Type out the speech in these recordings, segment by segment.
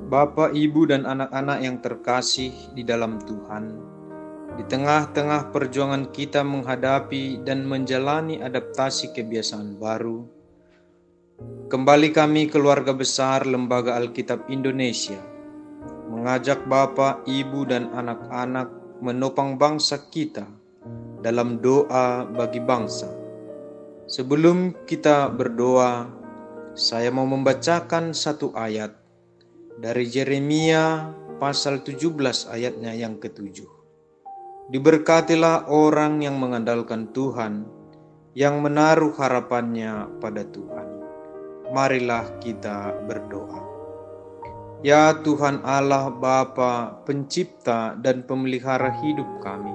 Bapak, Ibu, dan anak-anak yang terkasih di dalam Tuhan, di tengah-tengah perjuangan kita menghadapi dan menjalani adaptasi kebiasaan baru, kembali kami keluarga besar Lembaga Alkitab Indonesia mengajak Bapak, Ibu, dan anak-anak menopang bangsa kita dalam doa bagi bangsa. Sebelum kita berdoa, saya mau membacakan satu ayat dari Yeremia pasal 17 ayatnya yang ke-7. Diberkatilah orang yang mengandalkan Tuhan, yang menaruh harapannya pada Tuhan. Marilah kita berdoa. Ya Tuhan Allah Bapa, pencipta dan pemelihara hidup kami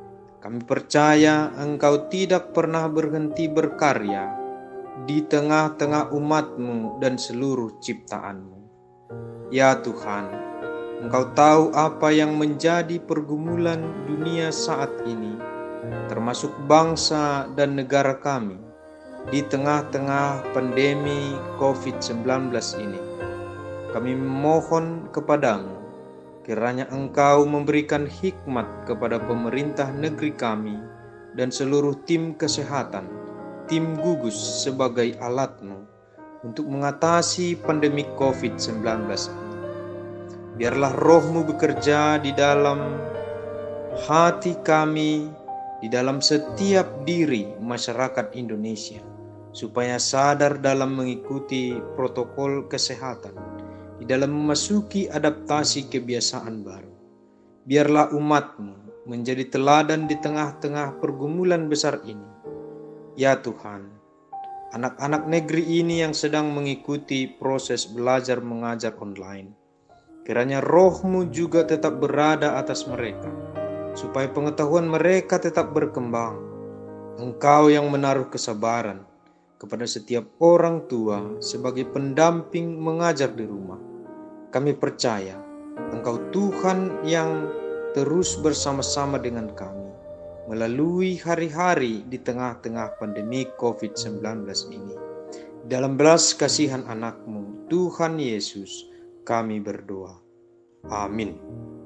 percaya Engkau tidak pernah berhenti berkarya di tengah-tengah umat-Mu dan seluruh ciptaan-Mu. Ya Tuhan, Engkau tahu apa yang menjadi pergumulan dunia saat ini, termasuk bangsa dan negara kami, di tengah-tengah pandemi COVID-19 ini. Kami memohon kepadamu, kiranya Engkau memberikan hikmat kepada pemerintah negeri kami dan seluruh tim kesehatan, tim gugus sebagai alat-Mu untuk mengatasi pandemi COVID-19 ini. Biarlah Roh-Mu bekerja di dalam hati kami, di dalam setiap diri masyarakat Indonesia, supaya sadar dalam mengikuti protokol kesehatan, di dalam memasuki adaptasi kebiasaan baru. Biarlah umat-Mu menjadi teladan di tengah-tengah pergumulan besar ini. Ya Tuhan, anak-anak negeri ini yang sedang mengikuti proses belajar mengajar online, kiranya Roh-Mu juga tetap berada atas mereka, supaya pengetahuan mereka tetap berkembang. Engkau yang menaruh kesabaran kepada setiap orang tua sebagai pendamping mengajar di rumah. Kami percaya Engkau Tuhan yang terus bersama-sama dengan kami melalui hari-hari di tengah-tengah pandemi COVID-19 ini. Dalam belas kasihan anak-Mu, Tuhan Yesus, kami berdoa. Amin.